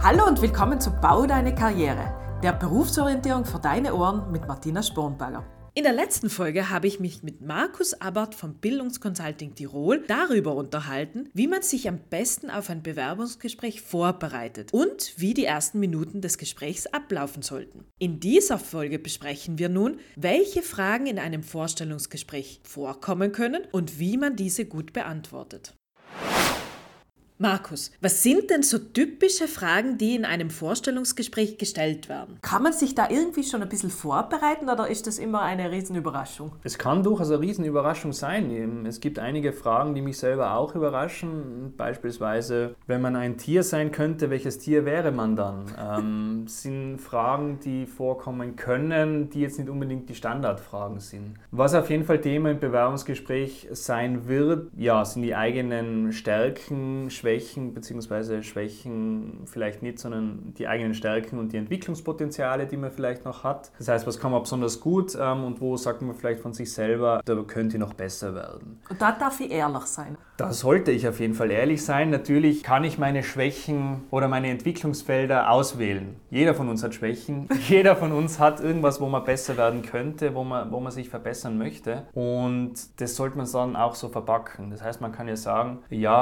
Hallo und willkommen zu Bau deine Karriere, der Berufsorientierung für deine Ohren mit Martina Spornberger. In der letzten Folge habe ich mich mit Markus Abbart vom Bildungsconsulting Tirol darüber unterhalten, wie man sich am besten auf ein Bewerbungsgespräch vorbereitet und wie die ersten Minuten des Gesprächs ablaufen sollten. In dieser Folge besprechen wir nun, welche Fragen in einem Vorstellungsgespräch vorkommen können und wie man diese gut beantwortet. Markus, was sind denn so typische Fragen, die in einem Vorstellungsgespräch gestellt werden? Kann man sich da irgendwie schon ein bisschen vorbereiten oder ist das immer eine Riesenüberraschung? Es kann durchaus eine Riesenüberraschung sein. Es gibt einige Fragen, die mich selber auch überraschen. Beispielsweise, wenn man ein Tier sein könnte, welches Tier wäre man dann? Sind Fragen, die vorkommen können, die jetzt nicht unbedingt die Standardfragen sind. Was auf jeden Fall Thema im Bewerbungsgespräch sein wird, sind die eigenen Stärken, Schwächen bzw. Schwächen vielleicht nicht, sondern die eigenen Stärken und die Entwicklungspotenziale, die man vielleicht noch hat. Das heißt, was kann man besonders gut und wo sagt man vielleicht von sich selber, da könnte ich noch besser werden. Und da darf ich ehrlich sein. Da sollte ich auf jeden Fall ehrlich sein. Natürlich kann ich meine Schwächen oder meine Entwicklungsfelder auswählen. Jeder von uns hat Schwächen. Jeder von uns hat irgendwas, wo man besser werden könnte, wo man sich verbessern möchte. Und das sollte man dann auch so verpacken. Das heißt, man kann ja sagen,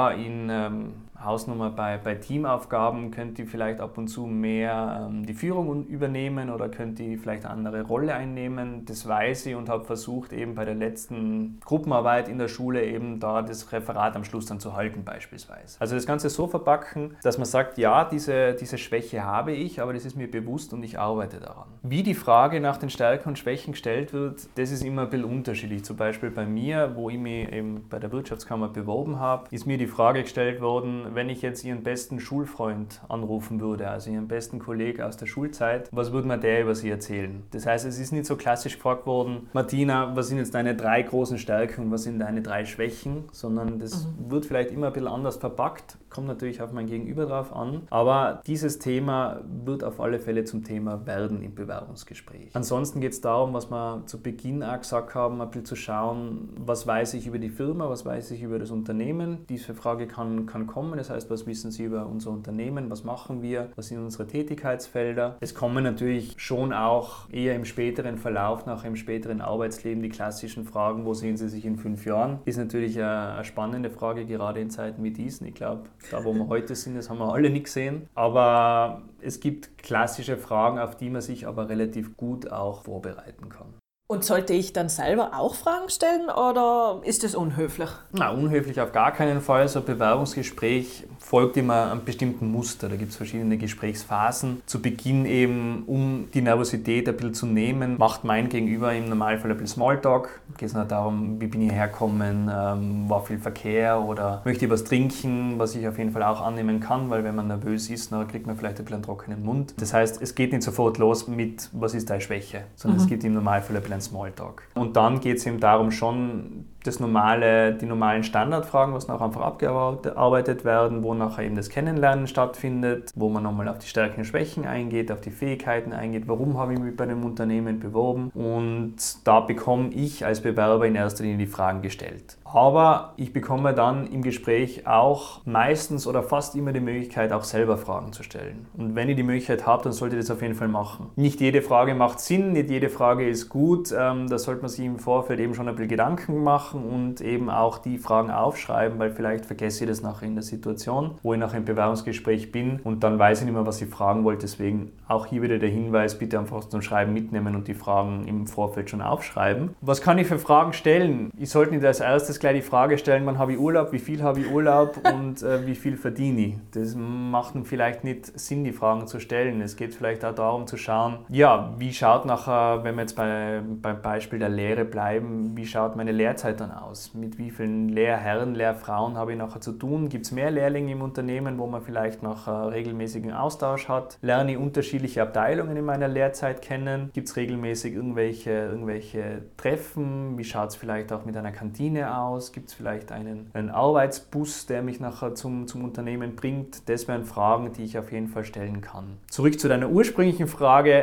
Hausnummer bei Teamaufgaben könnt ihr vielleicht ab und zu mehr die Führung übernehmen oder könnt ihr vielleicht eine andere Rolle einnehmen. Das weiß ich und habe versucht, eben bei der letzten Gruppenarbeit in der Schule eben da das Referat am Schluss dann zu halten beispielsweise. Also das Ganze so verpacken, dass man sagt, ja, diese Schwäche habe ich, aber das ist mir bewusst und ich arbeite daran. Wie die Frage nach den Stärken und Schwächen gestellt wird, das ist immer ein bisschen unterschiedlich. Zum Beispiel bei mir, wo ich mich eben bei der Wirtschaftskammer beworben habe, ist mir die Frage gestellt worden, wenn ich jetzt Ihren besten Schulfreund anrufen würde, also Ihren besten Kollegen aus der Schulzeit, was würde man der über Sie erzählen? Das heißt, es ist nicht so klassisch gefragt worden, Martina, was sind jetzt deine 3 großen Stärken und was sind deine 3 Schwächen, sondern das wird vielleicht immer ein bisschen anders verpackt, kommt natürlich auf mein Gegenüber drauf an, aber dieses Thema wird auf alle Fälle zum Thema werden im Bewerbungsgespräch. Ansonsten geht es darum, was wir zu Beginn auch gesagt haben, ein bisschen zu schauen, was weiß ich über die Firma, was weiß ich über das Unternehmen. Diese Frage kann kommen, das heißt, was wissen Sie über unser Unternehmen, was machen wir, was sind unsere Tätigkeitsfelder. Es kommen natürlich schon auch eher im späteren Verlauf, nach im späteren Arbeitsleben, die klassischen Fragen, wo sehen Sie sich in 5 Jahren? Ist natürlich eine spannende Frage, gerade in Zeiten wie diesen. Ich glaube, da wo wir heute sind, das haben wir alle nicht gesehen. Aber es gibt klassische Fragen, auf die man sich aber relativ gut auch vorbereiten kann. Und sollte ich dann selber auch Fragen stellen oder ist das unhöflich? Na, unhöflich auf gar keinen Fall. So ein Bewerbungsgespräch folgt immer einem bestimmten Muster. Da gibt es verschiedene Gesprächsphasen. Zu Beginn eben, um die Nervosität ein bisschen zu nehmen, macht mein Gegenüber im Normalfall ein bisschen Smalltalk. Geht es nicht darum, wie bin ich hergekommen, war viel Verkehr oder möchte ich was trinken, was ich auf jeden Fall auch annehmen kann, weil wenn man nervös ist, dann kriegt man vielleicht ein bisschen einen trockenen Mund. Das heißt, es geht nicht sofort los mit, was ist deine Schwäche, sondern es gibt im Normalfall ein bisschen Smalltalk. Und dann geht es eben darum, schon die normalen Standardfragen, was nachher einfach abgearbeitet werden, wo nachher eben das Kennenlernen stattfindet, wo man nochmal auf die Stärken und Schwächen eingeht, auf die Fähigkeiten eingeht, warum habe ich mich bei einem Unternehmen beworben, und da bekomme ich als Bewerber in erster Linie die Fragen gestellt. Aber ich bekomme dann im Gespräch auch meistens oder fast immer die Möglichkeit, auch selber Fragen zu stellen. Und wenn ich die Möglichkeit habe, dann sollte ich das auf jeden Fall machen. Nicht jede Frage macht Sinn, nicht jede Frage ist gut. Da sollte man sich im Vorfeld eben schon ein bisschen Gedanken machen und eben auch die Fragen aufschreiben, weil vielleicht vergesse ich das nachher in der Situation, wo ich nachher im Bewerbungsgespräch bin und dann weiß ich nicht mehr, was ich fragen wollte. Deswegen auch hier wieder der Hinweis, bitte einfach zum Schreiben mitnehmen und die Fragen im Vorfeld schon aufschreiben. Was kann ich für Fragen stellen? Ich sollte nicht als erstes gleich die Frage stellen, wann habe ich Urlaub, wie viel habe ich Urlaub und wie viel verdiene ich. Das macht vielleicht nicht Sinn, die Fragen zu stellen. Es geht vielleicht auch darum zu schauen, wie schaut nachher, wenn wir jetzt beim Beispiel der Lehre bleiben, wie schaut meine Lehrzeit dann aus? Mit wie vielen Lehrherren, Lehrfrauen habe ich nachher zu tun? Gibt es mehr Lehrlinge im Unternehmen, wo man vielleicht noch regelmäßigen Austausch hat? Lerne ich unterschiedliche Abteilungen in meiner Lehrzeit kennen? Gibt es regelmäßig irgendwelche Treffen? Wie schaut es vielleicht auch mit einer Kantine aus? Gibt es vielleicht einen Arbeitsbus, der mich nachher zum Unternehmen bringt? Das wären Fragen, die ich auf jeden Fall stellen kann. Zurück zu deiner ursprünglichen Frage.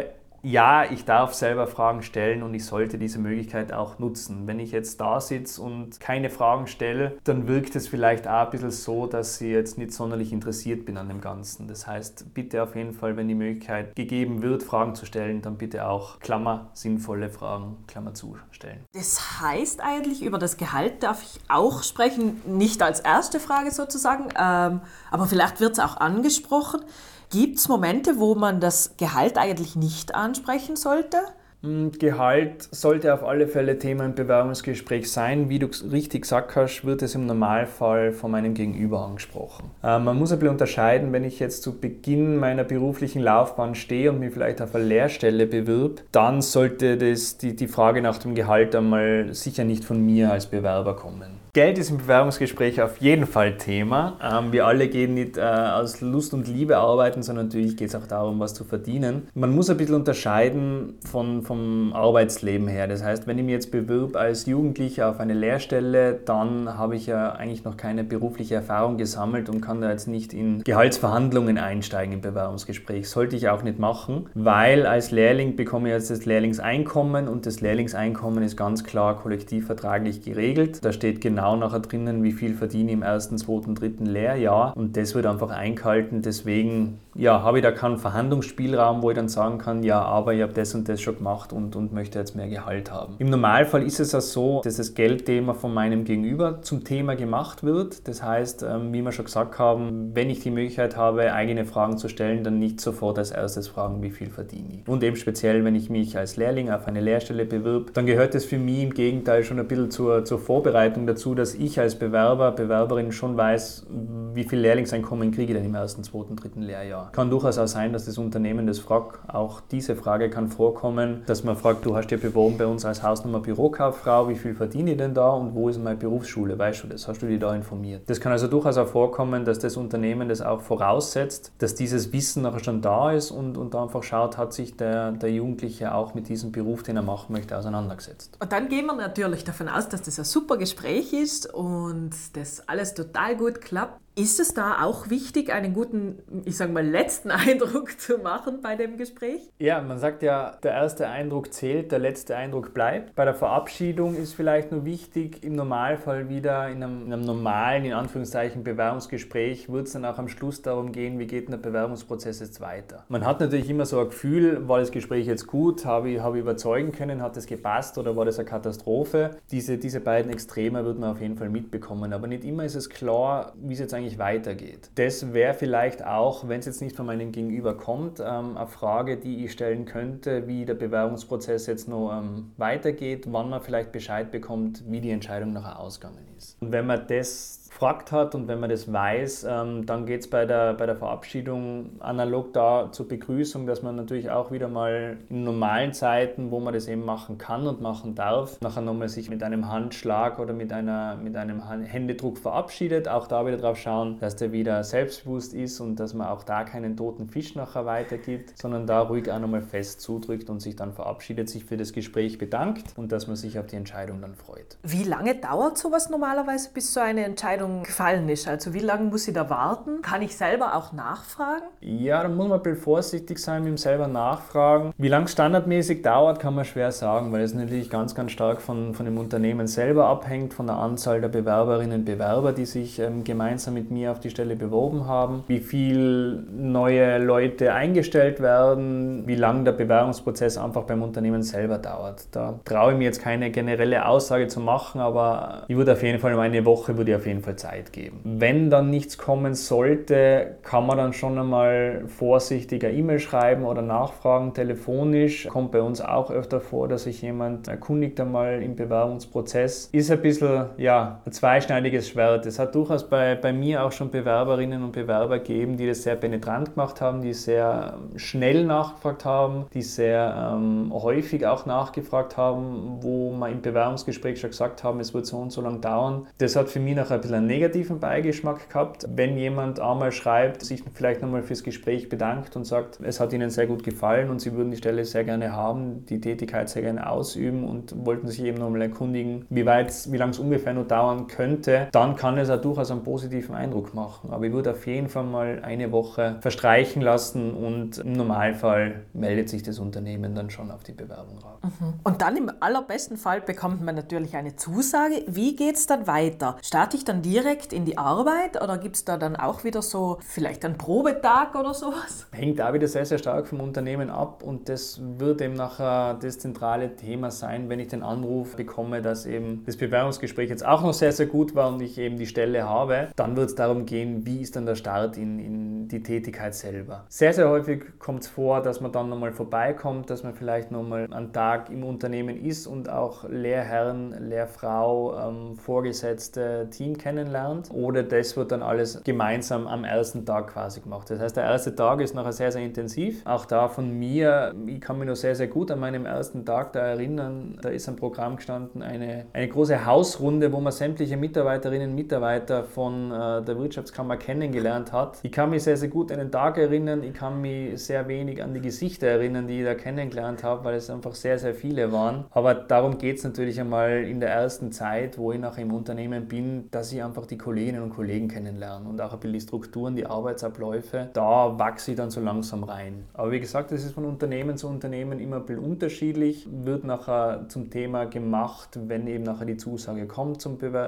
ja, ich darf selber Fragen stellen und ich sollte diese Möglichkeit auch nutzen. Wenn ich jetzt da sitze und keine Fragen stelle, dann wirkt es vielleicht auch ein bisschen so, dass ich jetzt nicht sonderlich interessiert bin an dem Ganzen. Das heißt, bitte auf jeden Fall, wenn die Möglichkeit gegeben wird, Fragen zu stellen, dann bitte auch, Klammer, sinnvolle Fragen, Klammer zu, stellen. Das heißt eigentlich, über das Gehalt darf ich auch sprechen, nicht als erste Frage sozusagen, aber vielleicht wird es auch angesprochen. Gibt es Momente, wo man das Gehalt eigentlich nicht ansprechen sollte? Gehalt sollte auf alle Fälle Thema im Bewerbungsgespräch sein. Wie du richtig gesagt hast, wird es im Normalfall von meinem Gegenüber angesprochen. Man muss ein bisschen unterscheiden, wenn ich jetzt zu Beginn meiner beruflichen Laufbahn stehe und mich vielleicht auf eine Lehrstelle bewirb, dann sollte die Frage nach dem Gehalt einmal sicher nicht von mir als Bewerber kommen. Geld ist im Bewerbungsgespräch auf jeden Fall Thema. Wir alle gehen nicht aus Lust und Liebe arbeiten, sondern natürlich geht es auch darum, was zu verdienen. Man muss ein bisschen unterscheiden vom Arbeitsleben her. Das heißt, wenn ich mich jetzt bewirb als Jugendlicher auf eine Lehrstelle, dann habe ich ja eigentlich noch keine berufliche Erfahrung gesammelt und kann da jetzt nicht in Gehaltsverhandlungen einsteigen im Bewerbungsgespräch. Sollte ich auch nicht machen, weil als Lehrling bekomme ich jetzt das Lehrlingseinkommen und das Lehrlingseinkommen ist ganz klar kollektivvertraglich geregelt. Da steht genau nachher drinnen, wie viel verdiene ich im ersten, zweiten, dritten Lehrjahr und das wird einfach eingehalten. Deswegen habe ich da keinen Verhandlungsspielraum, wo ich dann sagen kann, ja, aber ich habe das und das schon gemacht und möchte jetzt mehr Gehalt haben. Im Normalfall ist es auch so, dass das Geldthema von meinem Gegenüber zum Thema gemacht wird. Das heißt, wie wir schon gesagt haben, wenn ich die Möglichkeit habe, eigene Fragen zu stellen, dann nicht sofort als erstes fragen, wie viel verdiene ich. Und eben speziell, wenn ich mich als Lehrling auf eine Lehrstelle bewirb, dann gehört es für mich im Gegenteil schon ein bisschen zur Vorbereitung dazu, dass ich als Bewerber, Bewerberin schon weiß, wie viel Lehrlingseinkommen kriege ich denn im ersten, zweiten, dritten Lehrjahr. Kann durchaus auch sein, dass das Unternehmen das fragt. Auch diese Frage kann vorkommen, dass man fragt, du hast dich beworben bei uns als Hausnummer Bürokauffrau, wie viel verdiene ich denn da und wo ist meine Berufsschule? Weißt du das? Hast du dich da informiert? Das kann also durchaus auch vorkommen, dass das Unternehmen das auch voraussetzt, dass dieses Wissen nachher schon da ist und da einfach schaut, hat sich der Jugendliche auch mit diesem Beruf, den er machen möchte, auseinandergesetzt. Und dann gehen wir natürlich davon aus, dass das ein super Gespräch ist und das alles total gut klappt. Ist es da auch wichtig, einen guten, ich sage mal, letzten Eindruck zu machen bei dem Gespräch? Ja, man sagt ja, der erste Eindruck zählt, der letzte Eindruck bleibt. Bei der Verabschiedung ist vielleicht nur wichtig, im Normalfall wieder in einem normalen, in Anführungszeichen, Bewerbungsgespräch wird es dann auch am Schluss darum gehen, wie geht der Bewerbungsprozess jetzt weiter. Man hat natürlich immer so ein Gefühl, war das Gespräch jetzt gut, habe ich überzeugen können, hat das gepasst oder war das eine Katastrophe? Diese beiden Extreme wird man auf jeden Fall mitbekommen, aber nicht immer ist es klar, wie es jetzt eigentlich weitergeht. Das wäre vielleicht auch, wenn es jetzt nicht von meinem Gegenüber kommt, eine Frage, die ich stellen könnte, wie der Bewerbungsprozess jetzt noch weitergeht, wann man vielleicht Bescheid bekommt, wie die Entscheidung nachher ausgegangen ist. Und wenn man das gefragt hat und wenn man das weiß, dann geht es bei der Verabschiedung analog da zur Begrüßung, dass man natürlich auch wieder mal in normalen Zeiten, wo man das eben machen kann und machen darf, nachher nochmal sich mit einem Handschlag oder mit einem Händedruck verabschiedet. Auch da wieder drauf schauen, dass der wieder selbstbewusst ist und dass man auch da keinen toten Fisch nachher weitergibt, sondern da ruhig auch nochmal fest zudrückt und sich dann verabschiedet, sich für das Gespräch bedankt und dass man sich auf die Entscheidung dann freut. Wie lange dauert sowas normalerweise, bis so eine Entscheidung gefallen ist? Also wie lange muss ich da warten? Kann ich selber auch nachfragen? Ja, da muss man ein bisschen vorsichtig sein mit dem selber nachfragen. Wie lange standardmäßig dauert, kann man schwer sagen, weil es natürlich ganz, ganz stark von dem Unternehmen selber abhängt, von der Anzahl der Bewerberinnen und Bewerber, die sich gemeinsam mit mir auf die Stelle beworben haben, wie viel neue Leute eingestellt werden, wie lange der Bewerbungsprozess einfach beim Unternehmen selber dauert. Da traue ich mir jetzt keine generelle Aussage zu machen, aber ich würde auf jeden Fall eine Woche Zeit geben. Wenn dann nichts kommen sollte, kann man dann schon einmal vorsichtig eine E-Mail schreiben oder nachfragen telefonisch. Kommt bei uns auch öfter vor, dass sich jemand erkundigt einmal im Bewerbungsprozess. Ist ein bisschen ein zweischneidiges Schwert. Es hat durchaus bei mir auch schon Bewerberinnen und Bewerber gegeben, die das sehr penetrant gemacht haben, die sehr schnell nachgefragt haben, die sehr häufig auch nachgefragt haben, wo wir im Bewerbungsgespräch schon gesagt haben, es wird so und so lang dauern. Das hat für mich noch ein bisschen einen negativen Beigeschmack gehabt. Wenn jemand einmal schreibt, sich vielleicht nochmal fürs Gespräch bedankt und sagt, es hat Ihnen sehr gut gefallen und Sie würden die Stelle sehr gerne haben, die Tätigkeit sehr gerne ausüben und wollten sich eben nochmal erkundigen, wie lange es ungefähr noch dauern könnte, dann kann es auch durchaus einen positiven Eindruck machen. Aber ich würde auf jeden Fall mal eine Woche verstreichen lassen und im Normalfall meldet sich das Unternehmen dann schon auf die Bewerbung raus. Und dann im allerbesten Fall bekommt man natürlich eine Zusage. Wie geht es dann weiter? Starte ich dann direkt in die Arbeit oder gibt es da dann auch wieder so vielleicht einen Probetag oder sowas? Hängt auch wieder sehr, sehr stark vom Unternehmen ab und das wird eben nachher das zentrale Thema sein, wenn ich den Anruf bekomme, dass eben das Bewerbungsgespräch jetzt auch noch sehr, sehr gut war und ich eben die Stelle habe. Dann wird es darum gehen, wie ist dann der Start in die Tätigkeit selber. Sehr, sehr häufig kommt es vor, dass man dann nochmal vorbeikommt, dass man vielleicht nochmal einen Tag im Unternehmen ist und auch Lehrherren, Lehrfrau, Vorgesetzte, Team kennenlernt. Oder das wird dann alles gemeinsam am ersten Tag quasi gemacht. Das heißt, der erste Tag ist nachher sehr, sehr intensiv. Auch da von mir, ich kann mich noch sehr, sehr gut an meinem ersten Tag da erinnern. Da ist am Programm gestanden eine große Hausrunde, wo man sämtliche Mitarbeiterinnen und Mitarbeiter von der Wirtschaftskammer kennengelernt hat. Ich kann mich sehr, sehr gut an den Tag erinnern. Ich kann mich sehr wenig an die Gesichter erinnern, die ich da kennengelernt habe, weil es einfach sehr, sehr viele waren. Aber darum geht es natürlich einmal in der ersten Zeit, wo ich nachher im Unternehmen bin, dass ich einfach die Kolleginnen und Kollegen kennenlerne und auch ein bisschen die Strukturen, die Arbeitsabläufe. Da wachse ich dann so langsam rein. Aber wie gesagt, das ist von Unternehmen zu Unternehmen immer ein bisschen unterschiedlich. Wird nachher zum Thema gemacht, wenn eben nachher die Zusage kommt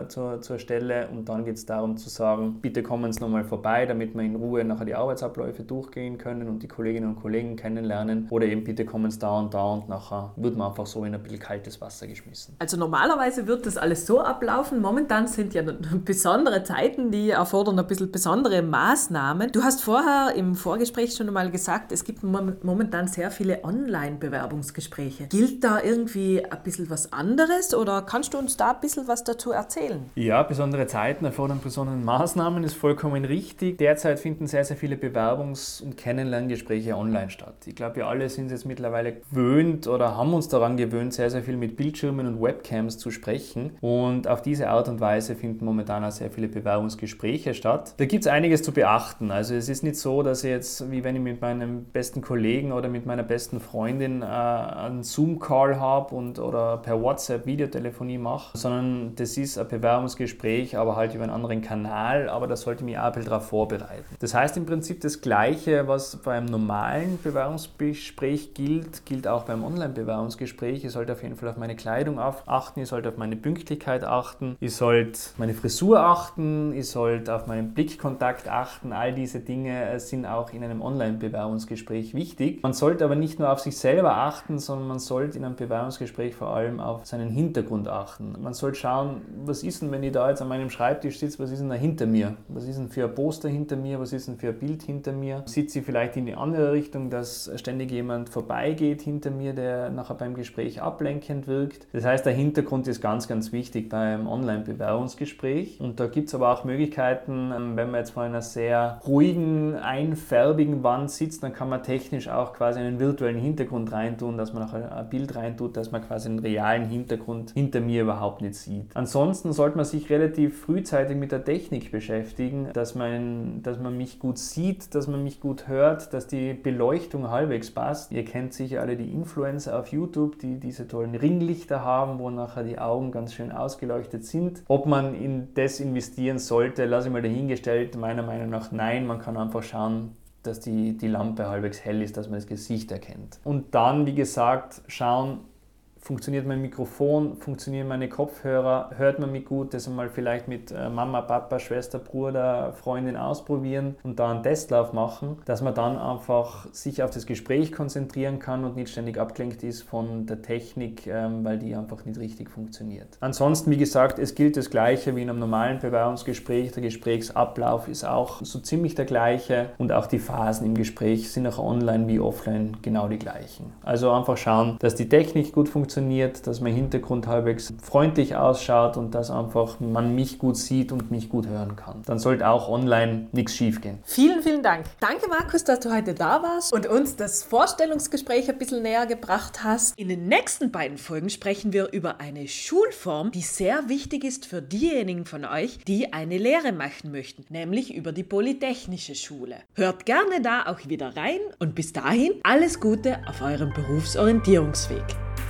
zur Stelle und dann geht es darum zu sagen, bitte kommen Sie nochmal vorbei, damit wir in Ruhe nachher die Arbeitsabläufe durchgehen können und die Kolleginnen und Kollegen kennenlernen oder eben bitte kommen Sie da und nachher wird man einfach so in ein bisschen kaltes Wasser geschmissen. Also normalerweise wird das alles so ablaufen. Momentan sind ja besondere Zeiten, die erfordern ein bisschen besondere Maßnahmen. Du hast vorher im Vorgespräch schon einmal gesagt, es gibt momentan sehr viele Online-Bewerbungsgespräche. Gilt da irgendwie ein bisschen was anderes oder kannst du uns da ein bisschen was dazu erzählen? Ja, besondere Zeiten erfordern besondere Maßnahmen, ist vollkommen richtig. Derzeit finden sehr, sehr viele Bewerbungs- und Kennenlerngespräche online statt. Ich glaube, wir alle sind jetzt mittlerweile gewöhnt oder haben uns daran gewöhnt, sehr, sehr viel mit Bildschirmen und Webcams zu sprechen. Und auf diese Art und Weise finden momentan auch sehr viele Bewerbungsgespräche statt. Da gibt es einiges zu beachten. Also es ist nicht so, dass ich jetzt, wie wenn ich mit meinem besten Kollegen oder mit meiner besten Freundin einen Zoom-Call habe oder per WhatsApp Videotelefonie mache, sondern das ist ein Bewerbungsgespräch, aber halt über einen anderen Kanal, aber da sollte ich mich auch ein bisschen darauf vorbereiten. Das heißt im Prinzip das Gleiche, was beim normalen Bewerbungsgespräch gilt auch beim Online-Bewerbungsgespräch. Ich sollte auf jeden Fall auf meine Kleidung achten, ich sollte auf meine Pünktlichkeit achten, ich sollte meine Frisur achten, ich sollte auf meinen Blickkontakt achten. All diese Dinge sind auch in einem Online-Bewerbungsgespräch wichtig. Man sollte aber nicht nur auf sich selber achten, sondern man sollte in einem Bewerbungsgespräch vor allem auf seinen Hintergrund achten. Man sollte schauen, was ist denn, wenn ich da jetzt an meinem Schreibtisch sitze, was ist denn da hinter mir? Was ist denn für ein Poster hinter mir? Was ist denn für ein Bild hinter mir? Sitze ich vielleicht in die andere Richtung, dass ständig jemand vorbeigeht hinter mir, der nachher beim Gespräch ablenkend wirkt? Das heißt, der Hintergrund ist ganz, ganz wichtig beim Online-Bewerbungsgespräch. Und da gibt es aber auch Möglichkeiten, wenn man jetzt vor einer sehr ruhigen, einfarbigen Wand sitzt, dann kann man technisch auch quasi einen virtuellen Hintergrund reintun, dass man nachher ein Bild reintut, dass man quasi einen realen Hintergrund hinter mir überhaupt nicht sieht. Ansonsten sollte man sich relativ frühzeitig mit der Technik beschäftigen, dass man mich gut sieht, dass man mich gut hört, dass die Beleuchtung halbwegs passt. Ihr kennt sicher alle die Influencer auf YouTube, die diese tollen Ringlichter haben, wo nachher die Augen ganz schön ausgeleuchtet sind. Ob man in das investieren sollte, lasse ich mal dahingestellt. Meiner Meinung nach nein, man kann einfach schauen, dass die Lampe halbwegs hell ist, dass man das Gesicht erkennt. Und dann, wie gesagt, schauen, funktioniert mein Mikrofon, funktionieren meine Kopfhörer, hört man mich gut, das einmal vielleicht mit Mama, Papa, Schwester, Bruder, Freundin ausprobieren und da einen Testlauf machen, dass man dann einfach sich auf das Gespräch konzentrieren kann und nicht ständig abgelenkt ist von der Technik, weil die einfach nicht richtig funktioniert. Ansonsten, wie gesagt, es gilt das Gleiche wie in einem normalen Bewerbungsgespräch. Der Gesprächsablauf ist auch so ziemlich der gleiche und auch die Phasen im Gespräch sind auch online wie offline genau die gleichen. Also einfach schauen, dass die Technik gut funktioniert, funktioniert, dass mein Hintergrund halbwegs freundlich ausschaut und dass einfach man mich gut sieht und mich gut hören kann. Dann sollte auch online nichts schief gehen. Vielen, vielen Dank. Danke, Markus, dass du heute da warst und uns das Vorstellungsgespräch ein bisschen näher gebracht hast. In den nächsten beiden Folgen sprechen wir über eine Schulform, die sehr wichtig ist für diejenigen von euch, die eine Lehre machen möchten, nämlich über die Polytechnische Schule. Hört gerne da auch wieder rein und bis dahin alles Gute auf eurem Berufsorientierungsweg.